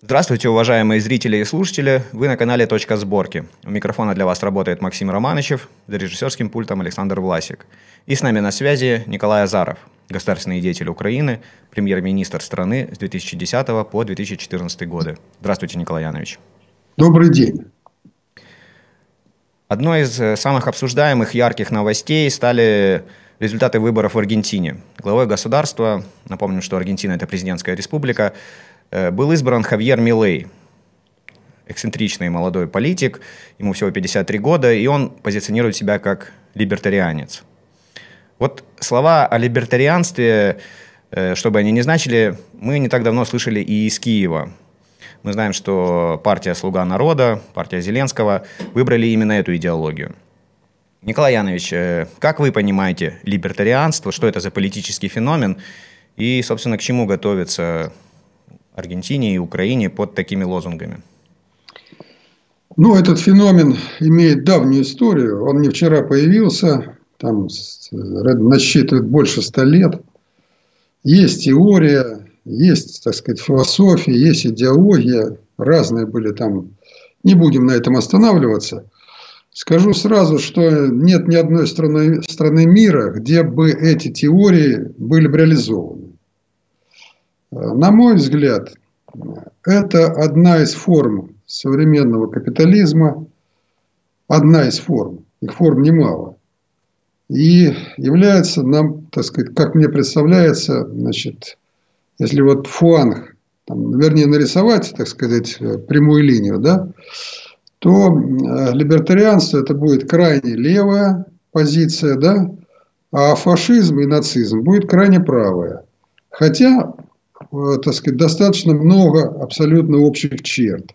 Здравствуйте, уважаемые зрители и слушатели. Вы на канале «Точка сборки». У микрофона для вас работает Максим Романычев, за режиссерским пультом Александр Власик. И с нами на связи Николай Азаров, государственный деятель Украины, премьер-министр страны с 2010 по 2014 годы. Здравствуйте, Николай Янович. Добрый день. Одной из самых обсуждаемых ярких новостей стали результаты выборов в Аргентине. Главой государства, напомним, что Аргентина – это президентская республика, был избран Хавьер Милей, эксцентричный молодой политик, ему всего 53 года, и он позиционирует себя как либертарианец. Вот слова о либертарианстве, чтобы они не значили, мы не так давно слышали и из Киева. Мы знаем, что партия «Слуга народа», партия Зеленского выбрали именно эту идеологию. Николай Янович, как вы понимаете либертарианство, что это за политический феномен и, собственно, к чему готовится Аргентине и Украине под такими лозунгами? Этот феномен имеет давнюю историю. Он не вчера появился, там насчитывает больше 100 лет. Есть теория, есть, так сказать, философия, есть идеология. Разные были там. Не будем на этом останавливаться. Скажу сразу, что нет ни одной страны мира, где бы эти теории были бы реализованы. На мой взгляд, это одна из форм современного капитализма, одна из форм, их форм немало, и является нам, так сказать, как мне представляется, значит, если вот фланг, вернее нарисовать, так сказать, прямую линию, да, то либертарианство это будет крайне левая позиция, да, а фашизм и нацизм будет крайне правая. Хотя, так сказать, достаточно много абсолютно общих черт.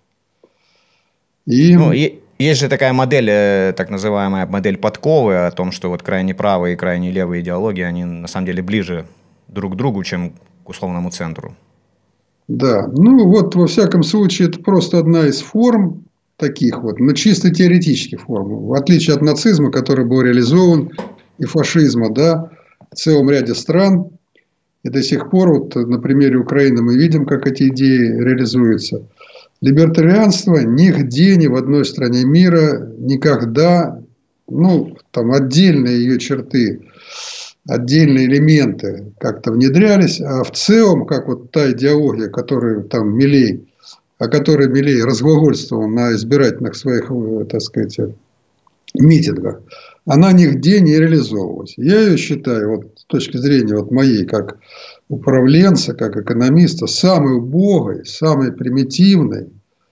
Есть же такая модель, так называемая модель подковы, о том, что вот крайне правые и крайне левые идеологии, они на самом деле ближе друг к другу, чем к условному центру. Да, во всяком случае, это просто одна из форм таких вот, но чисто теоретических форм. В отличие от нацизма, который был реализован, и фашизма, да, в целом ряде стран. И до сих пор, вот на примере Украины мы видим, как эти идеи реализуются. Либертарианство нигде, ни в одной стране мира, никогда, там отдельные ее черты, отдельные элементы как-то внедрялись, а в целом, как вот та идеология, которую там о которой Милей разглагольствовал на избирательных своих, так сказать, митингах, она нигде не реализовывалась. Я ее считаю, вот, с точки зрения вот моей, как управленца, как экономиста, самой убогой, самой примитивной,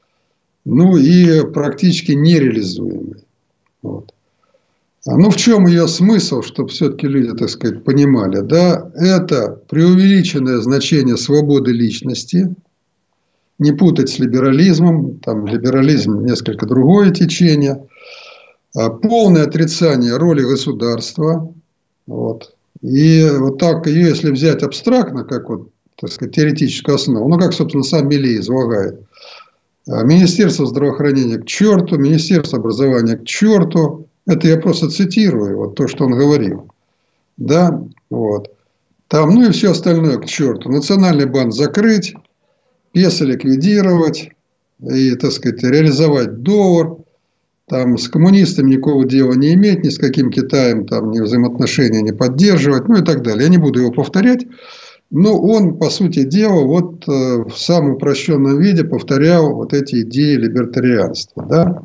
и практически нереализуемой. Вот. В чем ее смысл, чтобы все-таки люди, так сказать, понимали, да, это преувеличенное значение свободы личности, не путать с либерализмом, там либерализм несколько другое течение, полное отрицание роли государства. Вот. И вот так ее, если взять абстрактно, как вот, так сказать, теоретическую основу, как, собственно, сам Милей излагает. Министерство здравоохранения к черту, Министерство образования к черту. Это я просто цитирую вот то, что он говорил. Да, вот. Там, и все остальное к черту. Национальный банк закрыть, песо ликвидировать и, так сказать, реализовать доллар. Там с коммунистами никакого дела не иметь, ни с каким Китаем там ни взаимоотношения не поддерживать, и так далее. Я не буду его повторять, но он, по сути дела, вот в самом упрощенном виде повторял вот эти идеи либертарианства. Да?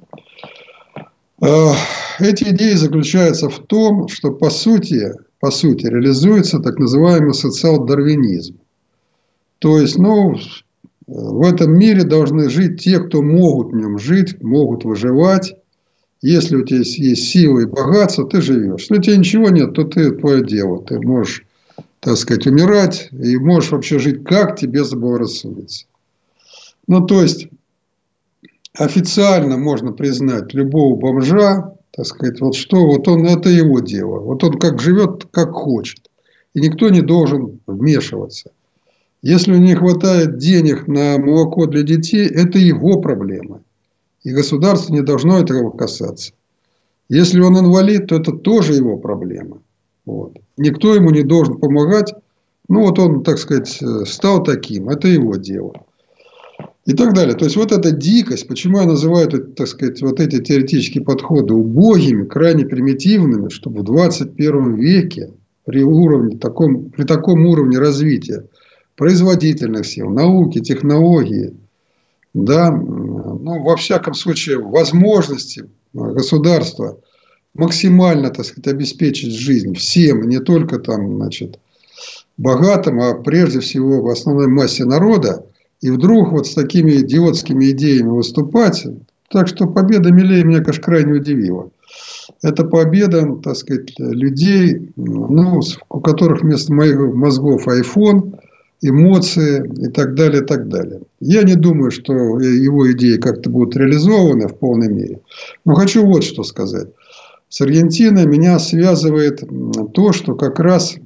Эти идеи заключаются в том, что по сути реализуется так называемый социал-дарвинизм. То есть, в этом мире должны жить те, кто могут в нем жить, могут выживать. Если у тебя есть силы и богатство, ты живешь. Если у тебя ничего нет, то твое дело. Ты можешь, так сказать, умирать и можешь вообще жить, как тебе заблагорассудится. То есть, официально можно признать любого бомжа, так сказать, это его дело. Вот он как живет, как хочет. И никто не должен вмешиваться. Если у него не хватает денег на молоко для детей, это его проблема. И государство не должно этого касаться. Если он инвалид, то это тоже его проблема. Вот. Никто ему не должен помогать. Он, так сказать, стал таким. Это его дело. и так далее. То есть, вот эта дикость, почему я называю, так сказать, вот эти теоретические подходы убогими, крайне примитивными, чтобы в 21 веке при таком уровне развития производительных сил, науки, технологии, да, ну, во всяком случае, возможности государства максимально, так сказать, обеспечить жизнь всем, не только там, значит, богатым, а прежде всего в основной массе народа, и вдруг вот с такими идиотскими идеями выступать. Так что победа Милея меня, конечно, крайне удивила. Это победа, так сказать, людей, ну, у которых вместо моих мозгов iPhone, эмоции и так далее, и так далее. Я не думаю, что его идеи как-то будут реализованы в полной мере. Но хочу вот что сказать. С Аргентиной меня связывает то, что как раз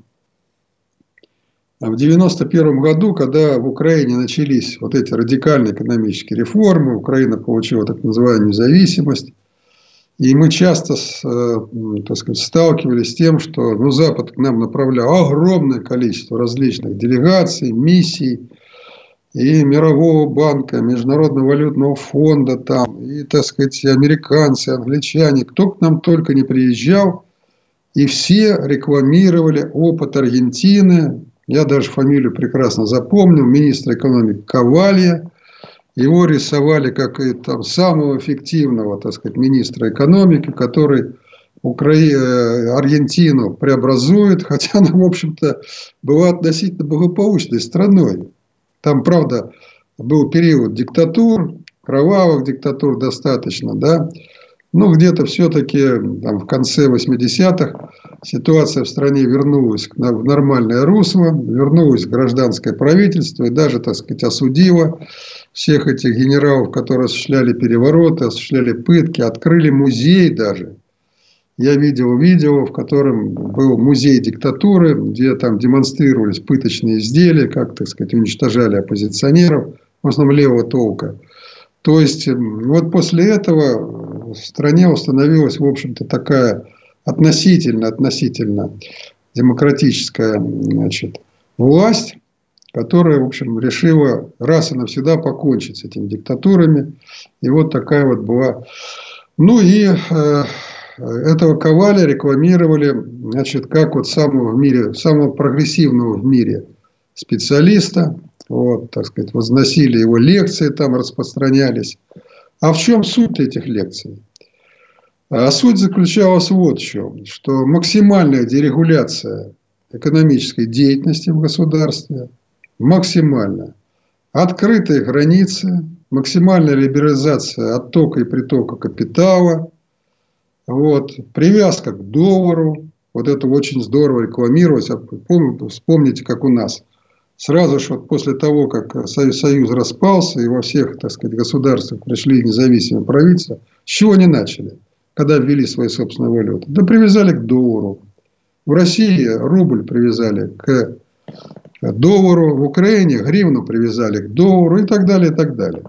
в 1991 году, когда в Украине начались вот эти радикальные экономические реформы, Украина получила так называемую независимость, и мы часто, так сказать, сталкивались с тем, что Запад к нам направлял огромное количество различных делегаций, миссий, и Мирового банка, Международного валютного фонда, там, и, так сказать, американцы, англичане, кто к нам только не приезжал, и все рекламировали опыт Аргентины. Я даже фамилию прекрасно запомнил, министра экономики Ковалья. Его рисовали как и там самого эффективного, так сказать, министра экономики, который Аргентину преобразует, хотя она, в общем-то, была относительно благополучной страной. Там, правда, был период диктатур, кровавых диктатур достаточно, да. Но где-то все-таки в конце 80-х ситуация в стране вернулась в нормальное русло, вернулось гражданское правительство и даже, так сказать, осудило всех этих генералов, которые осуществляли перевороты, осуществляли пытки, открыли музей даже. Я видел видео, в котором был музей диктатуры, где там демонстрировались пыточные изделия, как, так сказать, уничтожали оппозиционеров, в основном левого толка. То есть, вот после этого в стране установилась, в общем-то, такая относительно демократическая, значит, власть, которая, в общем, решила раз и навсегда покончить с этими диктатурами. И вот такая вот была. Ну и этого Коваля рекламировали, значит, как вот самого прогрессивного в мире специалиста. Вот, так сказать, возносили его лекции, там распространялись. А в чем суть этих лекций? А суть заключалась вот в чем, что максимальная дерегуляция экономической деятельности в государстве, максимально открытые границы, максимальная либерализация оттока и притока капитала, вот, привязка к доллару, вот это очень здорово рекламировалось. Вспомните, как у нас. Сразу же вот после того, как Союз распался и во всех, так сказать, государствах пришли независимые правительства, с чего они начали, когда ввели свои собственные валюты? Да привязали к доллару. В России рубль привязали к доллару, в Украине гривну привязали к доллару и так далее, и так далее.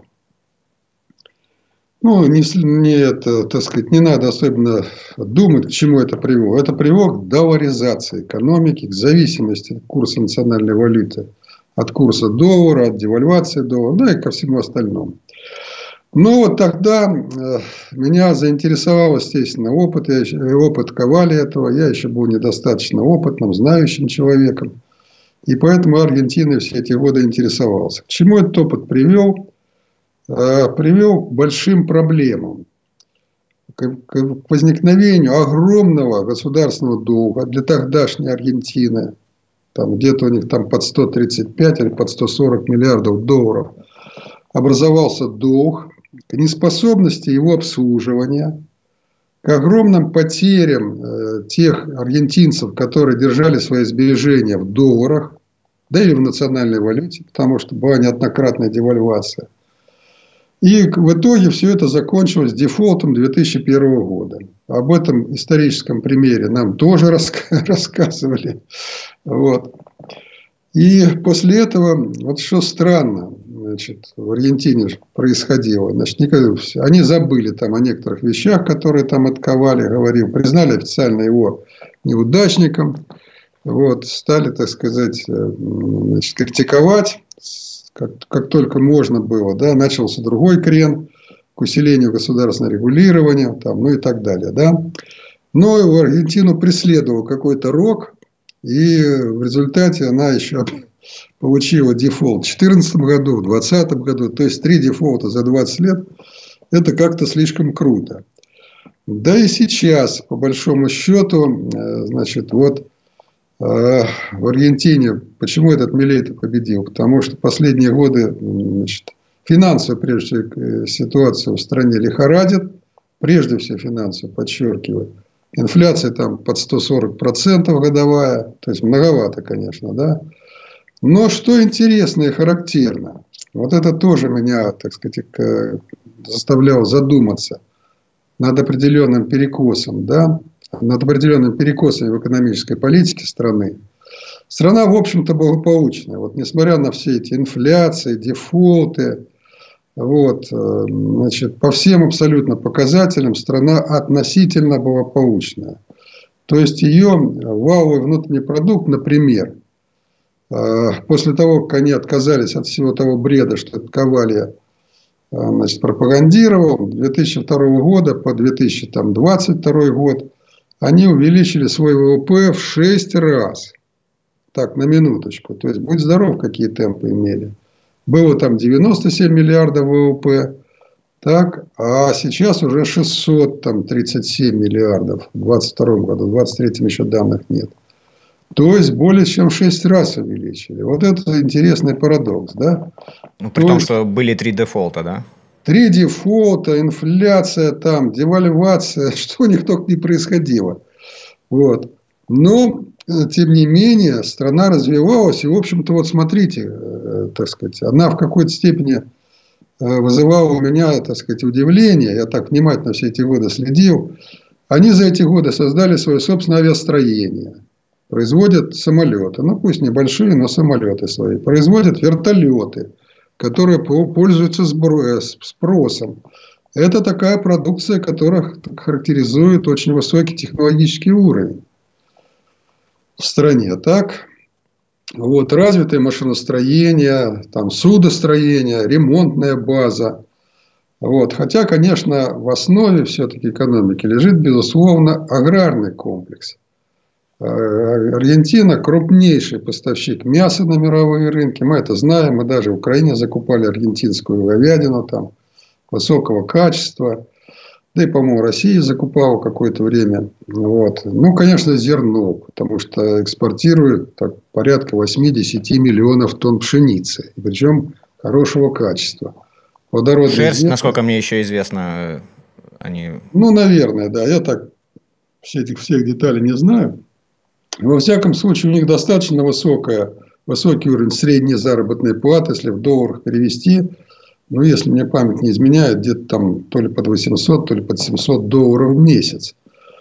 Ну, так сказать, не надо особенно думать, к чему это привело. Это привело к долларизации экономики, к зависимости от курса национальной валюты, от курса доллара, от девальвации доллара, да и ко всему остальному. Но вот тогда меня заинтересовал, естественно, опыт Коваля этого. Я еще был недостаточно опытным, знающим человеком. И поэтому Аргентиной все эти годы интересовался. К чему этот опыт привел? Привел к большим проблемам. К возникновению огромного государственного долга для тогдашней Аргентины. Там где-то у них там под 135 или под 140 миллиардов долларов образовался долг, к неспособности его обслуживания, к огромным потерям тех аргентинцев, которые держали свои сбережения в долларах, да или в национальной валюте, потому что была неоднократная девальвация. И в итоге все это закончилось дефолтом 2001 года. Об этом историческом примере нам тоже рассказывали. Вот. И после этого, вот что странно, значит, в Аргентине происходило. Значит, они забыли там о некоторых вещах, которые там от Коваля говорил, признали официально его неудачником, вот, стали, так сказать, значит, критиковать, как только можно было, да, начался другой крен к усилению государственного регулирования, там, ну и так далее. Да. Но в Аргентину преследовал какой-то рок, и в результате она еще получила дефолт в 2014 году, в 2020 году. То есть 3 дефолта за 20 лет – это как-то слишком круто. Да и сейчас, по большому счету, значит, вот в Аргентине, почему этот Милей-то победил? Потому что последние годы, значит, финансовая, прежде всего, ситуация в стране лихорадит. Прежде всего финансовую, подчеркиваю. Инфляция там под 140% годовая. То есть многовато, конечно, да. Но что интересно и характерно. Вот это тоже меня, так сказать, заставляло задуматься над определенным перекосом, да. Над определенными перекосами в экономической политике страны. Страна, в общем-то, благополучная. Вот, несмотря на все эти инфляции, дефолты, вот, значит, по всем абсолютно показателям страна относительно благополучная. То есть ее валовый внутренний продукт, например, после того, как они отказались от всего того бреда, что этот Ковалья, значит, пропагандировал, с 2002 года по 2022 год они увеличили свой ВВП в 6 раз. Так, на минуточку. То есть, будь здоров, какие темпы имели. Было там 97 миллиардов ВВП. Так, а сейчас уже 637 миллиардов в 2022 году. В 2023 еще данных нет. То есть, более чем в 6 раз увеличили. Вот это интересный парадокс, да? Ну, при том, что были 3 дефолта, да? 3 дефолта, инфляция, там, девальвация, что у них только не происходило. Вот. Но, тем не менее, страна развивалась. И, в общем-то, вот смотрите, так сказать, она в какой-то степени вызывала у меня, так сказать, удивление. Я так внимательно все эти годы следил. Они за эти годы создали свое собственное авиастроение. Производят самолеты. Ну, пусть небольшие, но самолеты свои. Производят вертолеты, которые пользуются спросом. Это такая продукция, которая характеризует очень высокий технологический уровень в стране. Так, вот, развитое машиностроение, там, судостроение, ремонтная база. Вот. Хотя, конечно, в основе все-таки экономики лежит, безусловно, аграрный комплекс. Аргентина крупнейший поставщик мяса на мировые рынки. Мы это знаем. Мы даже в Украине закупали аргентинскую говядину там, высокого качества. Да и, по-моему, Россия закупала какое-то время. Вот. Ну, конечно, зерно. Потому что экспортирует так, порядка 8-10 миллионов тонн пшеницы. И причем хорошего качества. Шерсть, насколько мне еще известно, они... Ну, наверное, да. Я так всех деталей не знаю. Во всяком случае, у них достаточно высокий уровень средней заработной платы, если в долларах перевести. Ну, если мне память не изменяет, где-то там то ли под 800, то ли под 700 долларов в месяц.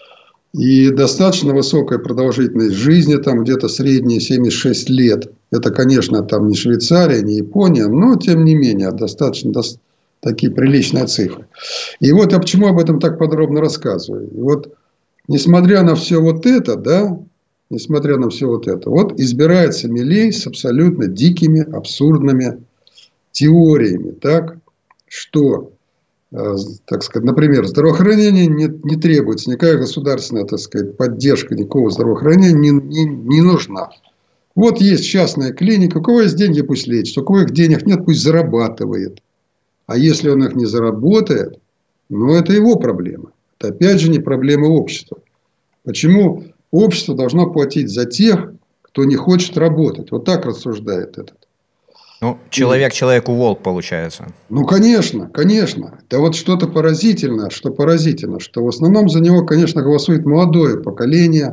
И достаточно высокая продолжительность жизни, там где-то средняя 76 лет. Это, конечно, там не Швейцария, не Япония, но, тем не менее, достаточно такие приличные цифры. И вот я почему об этом так подробно рассказываю. И вот, несмотря на все вот это, да, несмотря на все вот это, вот избирается Милей с абсолютно дикими, абсурдными теориями, так, что, так сказать, например, здравоохранение не требуется, никакая государственная, так сказать, поддержка никакого здравоохранения не нужна. Вот есть частная клиника, у кого есть деньги, пусть лечится, у кого их денег нет, пусть зарабатывает. А если он их не заработает, ну, это его проблема. Это опять же не проблема общества. Почему общество должно платить за тех, кто не хочет работать? Вот так рассуждает этот. Ну, человек человеку волк, получается. Ну, конечно, конечно. Да вот что-то поразительное, что в основном за него, конечно, голосует молодое поколение.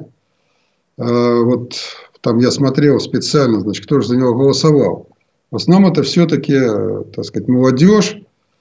Вот там я смотрел специально, значит, кто же за него голосовал. В основном это все-таки, так сказать, молодежь,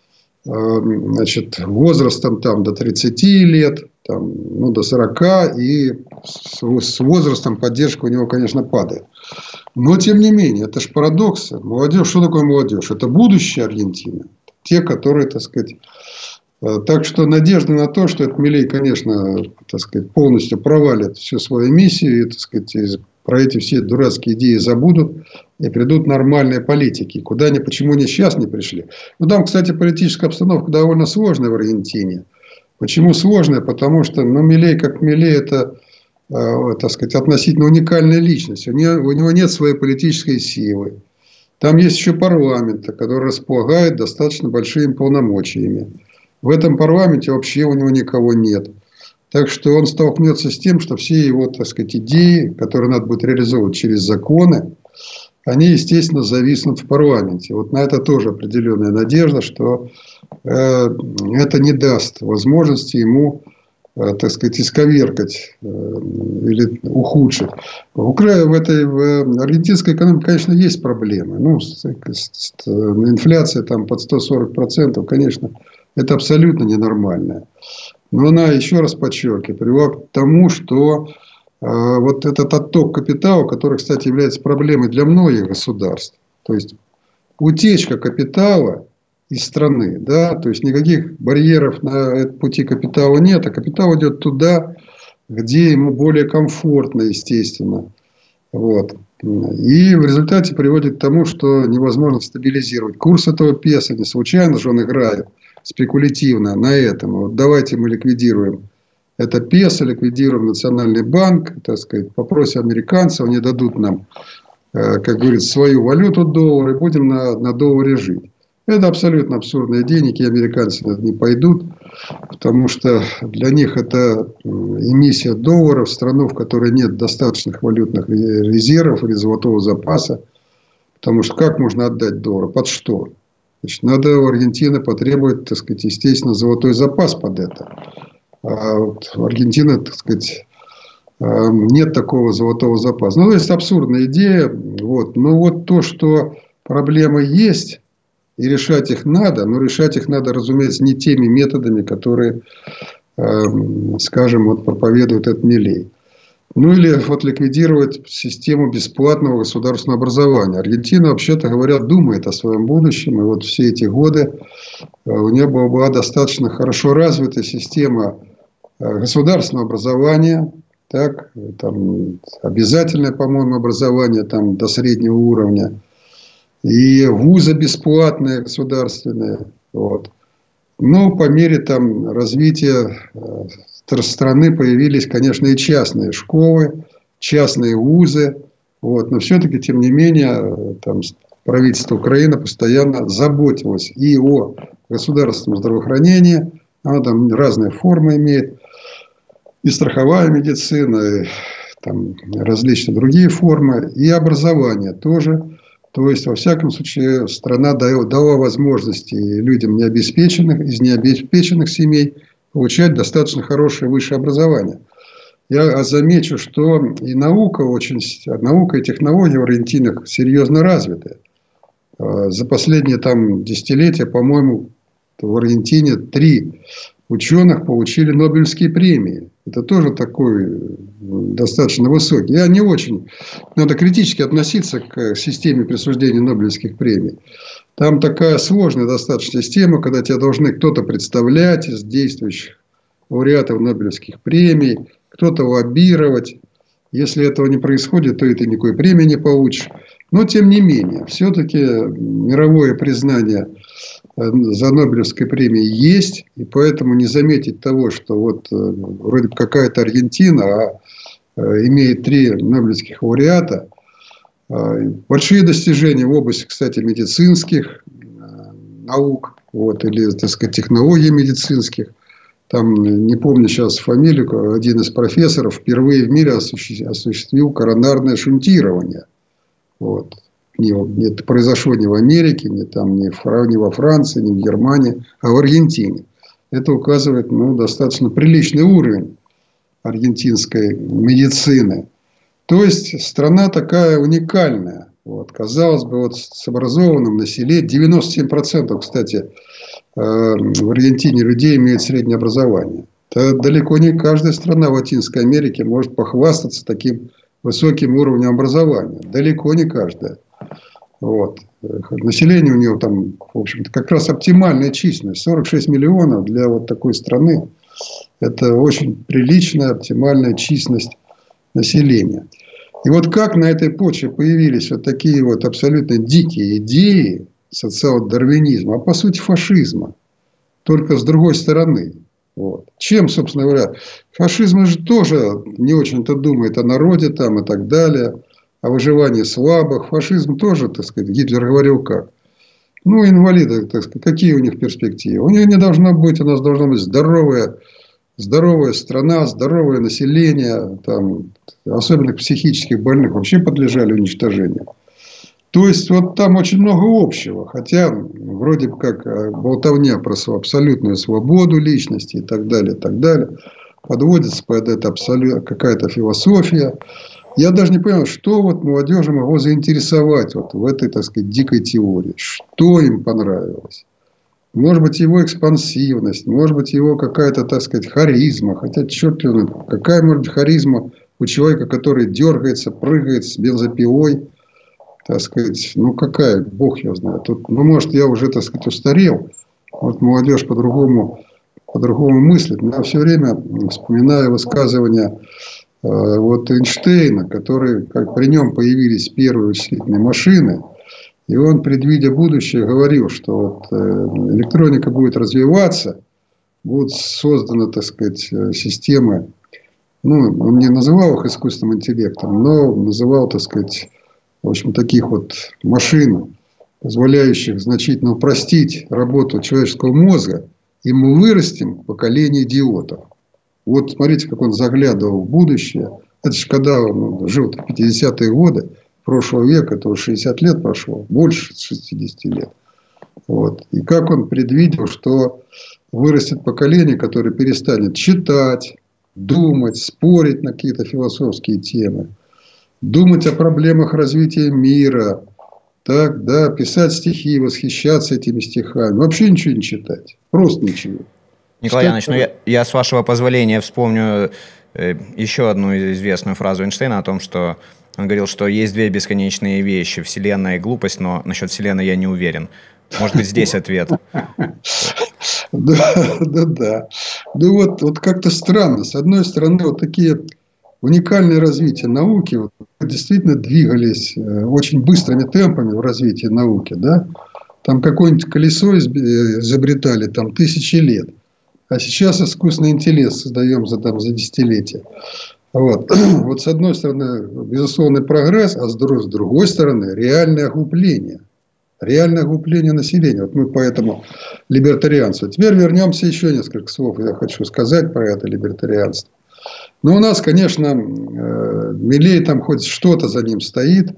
значит, возрастом там до 30 лет, там, ну, до 40, и с возрастом поддержка у него, конечно, падает. Но, тем не менее, это же парадокс. Молодежь, что такое молодежь? Это будущее Аргентины. Те, которые, так сказать... Так что надежда на то, что этот Милей, конечно, так сказать, полностью провалит всю свою миссию и, так сказать, про эти все дурацкие идеи забудут и придут нормальные политики. Куда они, почему они сейчас не пришли? Ну, там, кстати, политическая обстановка довольно сложная в Аргентине. Почему сложная? Потому что, ну, Милей как Милей, это, так сказать, относительно уникальная личность. У него нет своей политической силы. Там есть еще парламент, который располагает достаточно большими полномочиями. В этом парламенте вообще у него никого нет. Так что он столкнется с тем, что все его, так сказать, идеи, которые надо будет реализовывать через законы, они, естественно, зависнут в парламенте. Вот на это тоже определенная надежда, что это не даст возможности ему, так сказать, исковеркать или ухудшить. В аргентинской экономике, конечно, есть проблемы. Ну, инфляция там под 140%, конечно, это абсолютно ненормальная. Но она, еще раз подчеркиваю, привела к тому, что вот этот отток капитала, который, кстати, является проблемой для многих государств, то есть утечка капитала из страны, да, то есть никаких барьеров на этом пути капитала нет, а капитал идет туда, где ему более комфортно, естественно. Вот. И в результате приводит к тому, что невозможно стабилизировать курс этого песо. Не случайно же он играет спекулятивно на этом. Вот давайте мы ликвидируем это песо, ликвидируем Национальный банк, так сказать, попросим американцев, они дадут нам, как говорится, свою валюту доллар, и будем на долларе жить. Это абсолютно абсурдная идея, никакие американцы на это не пойдут, потому что для них это эмиссия доллара в страну, в которой нет достаточных валютных резервов или золотого запаса. Потому что как можно отдать доллар? Под что? Значит, надо у Аргентины потребовать, так сказать, естественно, золотой запас под это. А вот в Аргентине, так сказать, нет такого золотого запаса. Ну, то есть абсурдная идея. Вот. Но вот то, что проблемы есть, и решать их надо, но решать их надо, разумеется, не теми методами, которые, скажем, вот проповедует этот Милей. Ну, или вот ликвидировать систему бесплатного государственного образования. Аргентина, вообще-то говоря, думает о своем будущем. И вот все эти годы у нее была достаточно хорошо развита система государственного образования. Так, там, обязательное, по-моему, образование там, до среднего уровня. И вузы бесплатные, государственные. Вот. Но по мере там, развития страны появились, конечно, и частные школы, частные вузы. Вот. Но все-таки, тем не менее, там, правительство Украины постоянно заботилось и о государственном здравоохранении. Оно там разные формы имеет. И страховая медицина, и там, различные другие формы. И образование тоже. То есть, во всяком случае, страна дала возможности людям необеспеченных, из необеспеченных семей получать достаточно хорошее высшее образование. Я замечу, что и наука и технологии в Аргентине серьезно развиты. За последние там, десятилетия, по-моему, в Аргентине 3 ученых получили Нобелевские премии. Это тоже такой достаточно высокий. Я не очень... Надо критически относиться к системе присуждения Нобелевских премий. Там такая сложная достаточно система, когда тебя должны кто-то представлять из действующих лауреатов Нобелевских премий, кто-то лоббировать. Если этого не происходит, то и ты никакой премии не получишь. Но, тем не менее, все-таки мировое признание за Нобелевской премией есть. И поэтому не заметить того, что вот вроде бы какая-то Аргентина, имеет 3 нобелевских лауреата. Большие достижения в области, кстати, медицинских наук, вот, или, так сказать, технологий медицинских. Там, не помню сейчас фамилию, один из профессоров впервые в мире осуществил коронарное шунтирование. Вот. Это произошло не в Америке, не во Франции, не в Германии, а в Аргентине. Это указывает достаточно приличный уровень аргентинской медицины. То есть, страна такая уникальная. Вот. Казалось бы, вот с образованным населением, 97%, кстати, в Аргентине людей имеют среднее образование. Это далеко не каждая страна в Латинской Америке может похвастаться таким высоким уровнем образования. Далеко не каждая. Вот. Население у него там, в общем-то, как раз оптимальная численность. 46 миллионов для вот такой страны. Это очень приличная, оптимальная численность населения. И вот как на этой почве появились вот такие вот абсолютно дикие идеи социал-дарвинизма, а по сути фашизма, только с другой стороны. Вот. Чем, собственно говоря, фашизм же тоже не очень-то думает о народе там и так далее, о выживании слабых. Фашизм тоже, так сказать, Гитлер говорил как? Ну, инвалиды, так сказать, какие у них перспективы? У них не должно быть, у нас должна быть здоровая страна, здоровое население, там, особенно психических больных, вообще подлежали уничтожению. То есть, вот там очень много общего. Хотя, вроде как, болтовня про абсолютную свободу личности и так далее, подводится под это какая-то философия. Я даже не понял, что вот молодежи могло заинтересовать вот в этой, так сказать, дикой теории. Что им понравилось? Может быть, его экспансивность, может быть, его какая-то, так сказать, харизма. Хотя, черт его знает, какая может быть харизма у человека, который дергается, прыгает с бензопилой. Так сказать, ну какая, бог его знает. Тут, ну, может, я уже, так сказать, устарел. Вот молодежь по-другому мыслит. Я все время вспоминаю высказывания вот Эйнштейна, который, как при нем появились первые вычислительные машины, и он, предвидя будущее, говорил, что вот электроника будет развиваться, будут созданы, так сказать, системы, ну, он не называл их искусственным интеллектом, но называл, так сказать, в общем, таких вот машин, позволяющих значительно упростить работу человеческого мозга, и мы вырастим поколение идиотов. Вот смотрите, как он заглядывал в будущее. Это же когда он жил в 50-е годы прошлого века, это уже 60 лет прошло, больше 60 лет. Вот. И как он предвидел, что вырастет поколение, которое перестанет читать, думать, спорить на какие-то философские темы, думать о проблемах развития мира, так, да, писать стихи, восхищаться этими стихами, вообще ничего не читать, просто ничего. Николай Янович, ну я с вашего позволения вспомню еще одну известную фразу Эйнштейна о том, что он говорил, что есть две бесконечные вещи: Вселенная и глупость, но насчет Вселенной я не уверен. Может быть, здесь ответ. Да. Ну вот как-то странно. С одной стороны, вот такие уникальное развитие науки, вот, действительно двигались очень быстрыми темпами в развитии науки. Да? Там какое-нибудь колесо изобретали там, тысячи лет. А сейчас искусственный интеллект создаем за десятилетия. Вот. Вот с одной стороны, безусловный прогресс, а с другой стороны, реальное оглупление. Реальное оглупление населения. Вот мы поэтому либертарианство. Теперь вернемся, еще несколько слов я хочу сказать про это либертарианство. Но у нас, конечно, Милей там хоть что-то за ним стоит.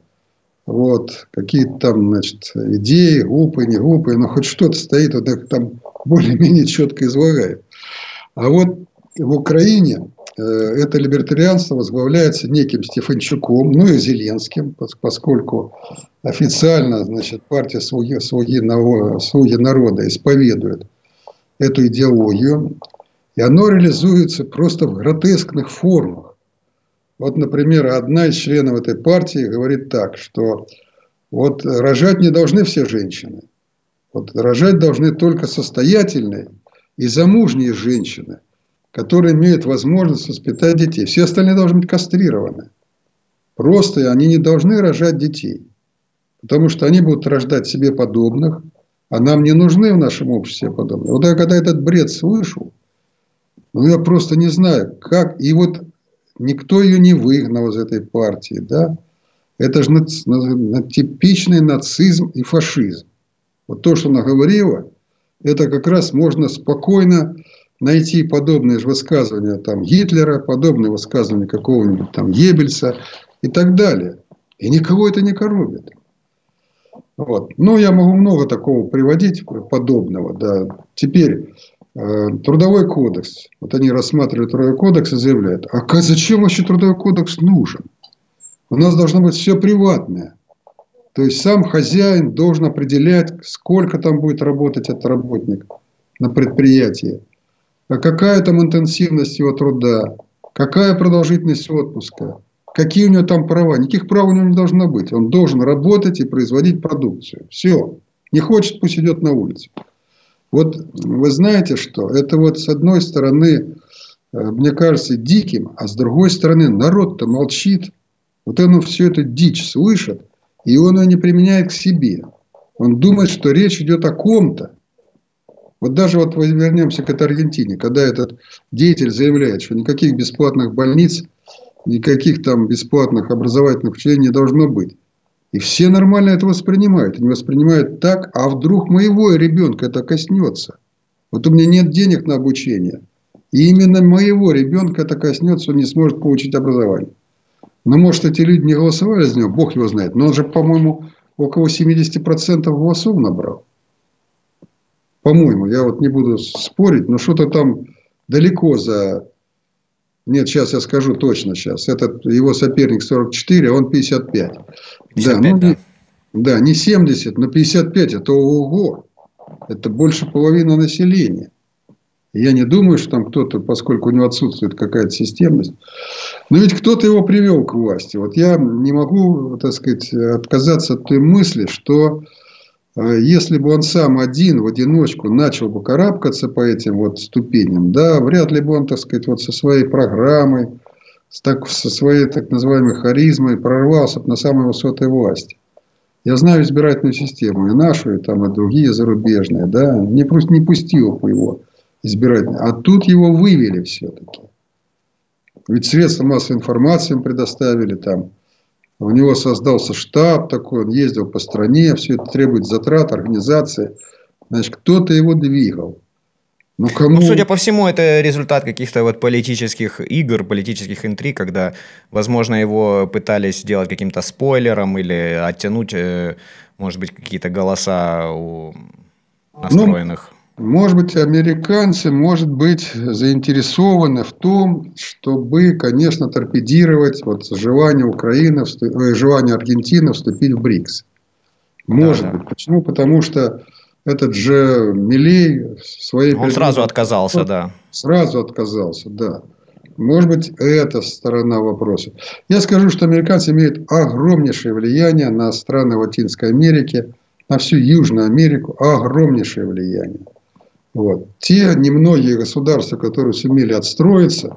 Вот, какие-то там, значит, идеи, глупые, не глупые, но хоть что-то стоит, вот их там более-менее четко излагает. А вот в Украине это либертарианство возглавляется неким Стефанчуком, ну и Зеленским, поскольку официально, значит, партия «Слуги народа» исповедует эту идеологию, и оно реализуется просто в гротескных формах. Вот, например, одна из членов этой партии говорит так, что вот рожать не должны все женщины. Вот рожать должны только состоятельные и замужние женщины, которые имеют возможность воспитать детей. Все остальные должны быть кастрированы. Просто они не должны рожать детей. Потому что они будут рождать себе подобных, а нам не нужны в нашем обществе подобные. Вот я когда этот бред слышу, ну я просто не знаю, как. И вот никто ее не выгнал из этой партии. Да? Это же типичный нацизм и фашизм. Вот то, что она говорила, это как раз можно спокойно найти подобные же высказывания там, Гитлера, подобные высказывания какого-нибудь там Геббельса и так далее. И никого это не коробит. Вот. Ну, я могу много такого приводить, подобного. Да. Теперь Трудовой кодекс. Вот они рассматривают Трудовой кодекс и заявляют, а зачем вообще Трудовой кодекс нужен? У нас должно быть все приватное. То есть сам хозяин должен определять, сколько там будет работать этот работник на предприятии, а какая там интенсивность его труда, какая продолжительность отпуска, какие у него там права. Никаких прав у него не должно быть. Он должен работать и производить продукцию. Все. Не хочет, пусть идет на улицу. Вот вы знаете, что это вот с одной стороны, мне кажется, диким, а с другой стороны, народ-то молчит. Вот он все это дичь слышит, и он ее не применяет к себе. Он думает, что речь идет о ком-то. Вот даже вот вернемся к этой Аргентине, когда этот деятель заявляет, что никаких бесплатных больниц, никаких там бесплатных образовательных учреждений не должно быть. И все нормально это воспринимают. Они воспринимают так, а вдруг моего ребенка это коснется. Вот у меня нет денег на обучение. И именно моего ребенка это коснется, он не сможет получить образование. Но, может, эти люди не голосовали за него, Бог его знает. Но он же, по-моему, около 70% голосов набрал. По-моему, я вот не буду спорить, но что-то там далеко за... Нет, сейчас я скажу точно сейчас. Этот его соперник 44, а он 55. 55, да. Да, не 70, но 55. Это ого. Это больше половины населения. Я не думаю, что там кто-то, поскольку у него отсутствует какая-то системность. Но ведь кто-то его привел к власти. Вот я не могу, так сказать, отказаться от той мысли, что если бы он сам один в одиночку начал бы карабкаться по этим вот ступеням, да, вряд ли бы он, так сказать, вот со своей программой, со своей так называемой харизмой прорвался бы на самой высокой власти. Я знаю избирательную систему, и нашу, и там, и другие зарубежные, да, не пустил бы его избирательную. А тут его вывели все-таки. Ведь средства массовой информации им предоставили там. У него создался штаб такой, он ездил по стране, все это требует затрат, организации. Значит, кто-то его двигал. Ну, судя по всему, это результат каких-то вот политических игр, политических интриг, когда, возможно, его пытались сделать каким-то спойлером или оттянуть, может быть, какие-то голоса у настроенных. Может быть, американцы, может быть, заинтересованы в том, чтобы, конечно, торпедировать вот желание Украины, желание Аргентины вступить в БРИКС. Может быть. Почему? Потому что этот же Милей своей... Он сразу отказался, да. Сразу отказался, да. Может быть, это сторона вопроса. Я скажу, что американцы имеют огромнейшее влияние на страны Латинской Америки, на всю Южную Америку. Огромнейшее влияние. Вот. Те немногие государства, которые сумели отстроиться,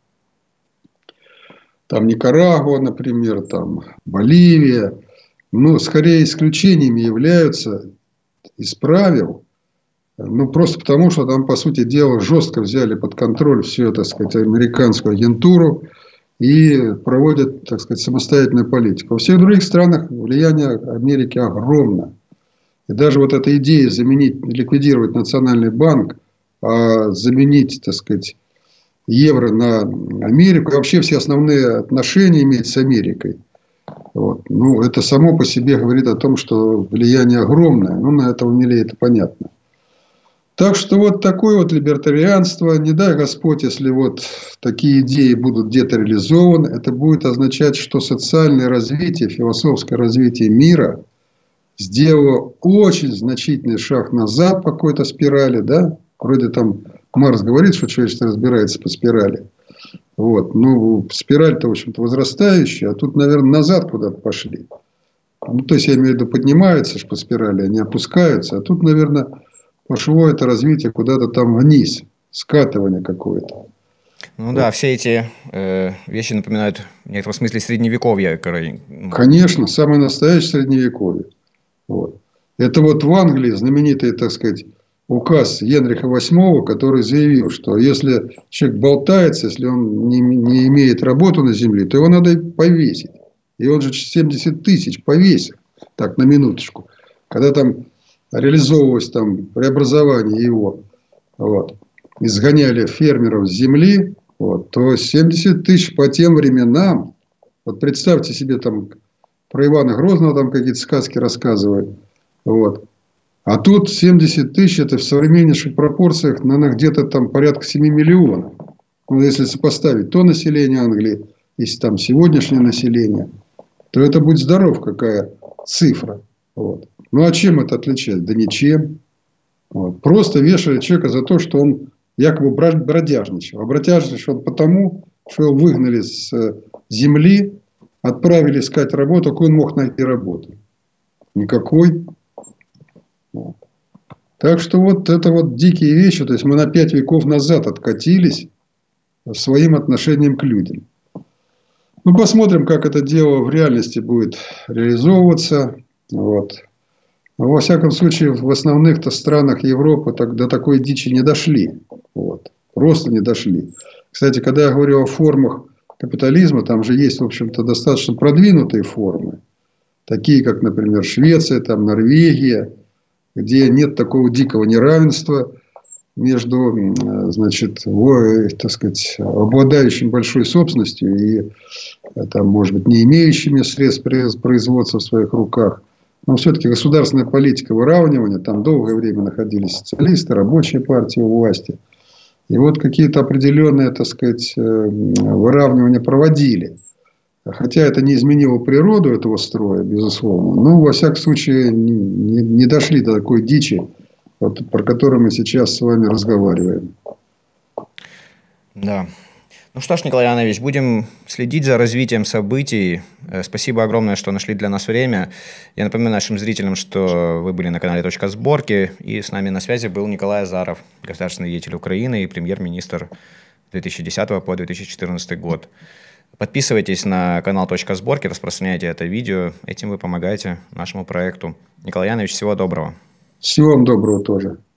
там Никарагуа, например, там Боливия, но скорее исключениями являются из правил, ну, просто потому, что там, по сути дела, жестко взяли под контроль всю, так сказать, американскую агентуру и проводят, так сказать, самостоятельную политику. Во всех других странах влияние Америки огромно. И даже вот эта идея ликвидировать Национальный банк, а заменить, так сказать, евро на Америку, и вообще все основные отношения иметь с Америкой. Вот. Ну, это само по себе говорит о том, что влияние огромное. Ну, на этого Милей это понятно. Так что вот такое вот либертарианство, не дай Господь, если вот такие идеи будут где-то реализованы, это будет означать, что социальное развитие, философское развитие мира сделало очень значительный шаг назад по какой-то спирали, да? Вроде там Маркс говорит, что человечество разбирается по спирали. Вот. Ну, спираль-то, в общем-то, возрастающая, а тут, наверное, назад куда-то пошли. Ну, то есть, я имею в виду, поднимаются по спирали, они опускаются, а тут, наверное, пошло это развитие куда-то там вниз, скатывание какое-то. Ну вот. Да, все эти вещи напоминают в некотором смысле средневековье. Конечно, самое настоящее средневековье. Вот. Это вот в Англии знаменитый, так сказать, указ Генриха VIII, который заявил, что если человек болтается, если он не имеет работы на земле, то его надо повесить. И он же 70 тысяч повесил. Так, на минуточку. Когда там реализовывалось там преобразование его, вот, изгоняли фермеров с земли, вот, то 70 тысяч по тем временам, вот представьте себе, там про Ивана Грозного там какие-то сказки рассказывают, вот. А тут 70 тысяч, это в современнейших пропорциях, наверное, где-то там порядка 7 миллионов. Ну, если сопоставить то население Англии, если там сегодняшнее население, то это будет здоров какая цифра. Вот. Ну, а чем это отличается? Да ничем. Вот. Просто вешали человека за то, что он якобы бродяжничал. А бродяжничал он потому, что его выгнали с земли, отправили искать работу, какой он мог найти работу? Никакой. Вот. Так что вот это вот дикие вещи. То есть мы на 5 веков назад откатились своим отношением к людям. Ну, посмотрим, как это дело в реальности будет реализовываться. Вот. Но, во всяком случае, в основных-то странах Европы до такой дичи не дошли. Вот. Просто не дошли. Кстати, когда я говорю о формах капитализма, там же есть, в общем-то, достаточно продвинутые формы. Такие, как, например, Швеция, там, Норвегия, где нет такого дикого неравенства между, значит, так сказать, обладающим большой собственностью и, там, может быть, не имеющими средств производства в своих руках. Но все-таки государственная политика выравнивания, там долгое время находились социалисты, рабочая партия у власти. И вот какие-то определенные, так сказать, выравнивания проводили. Хотя это не изменило природу этого строя, безусловно. Но, во всяком случае, не дошли до такой дичи, вот, про которую мы сейчас с вами разговариваем. Да. Ну что ж, Николай Янович, будем следить за развитием событий. Спасибо огромное, что нашли для нас время. Я напоминаю нашим зрителям, что вы были на канале «Точка сборки», и с нами на связи был Николай Азаров, государственный деятель Украины и премьер-министр 2010 по 2014 год. Подписывайтесь на канал «Точка сборки», распространяйте это видео. Этим вы помогаете нашему проекту. Николай Янович, всего доброго. Всего вам доброго тоже.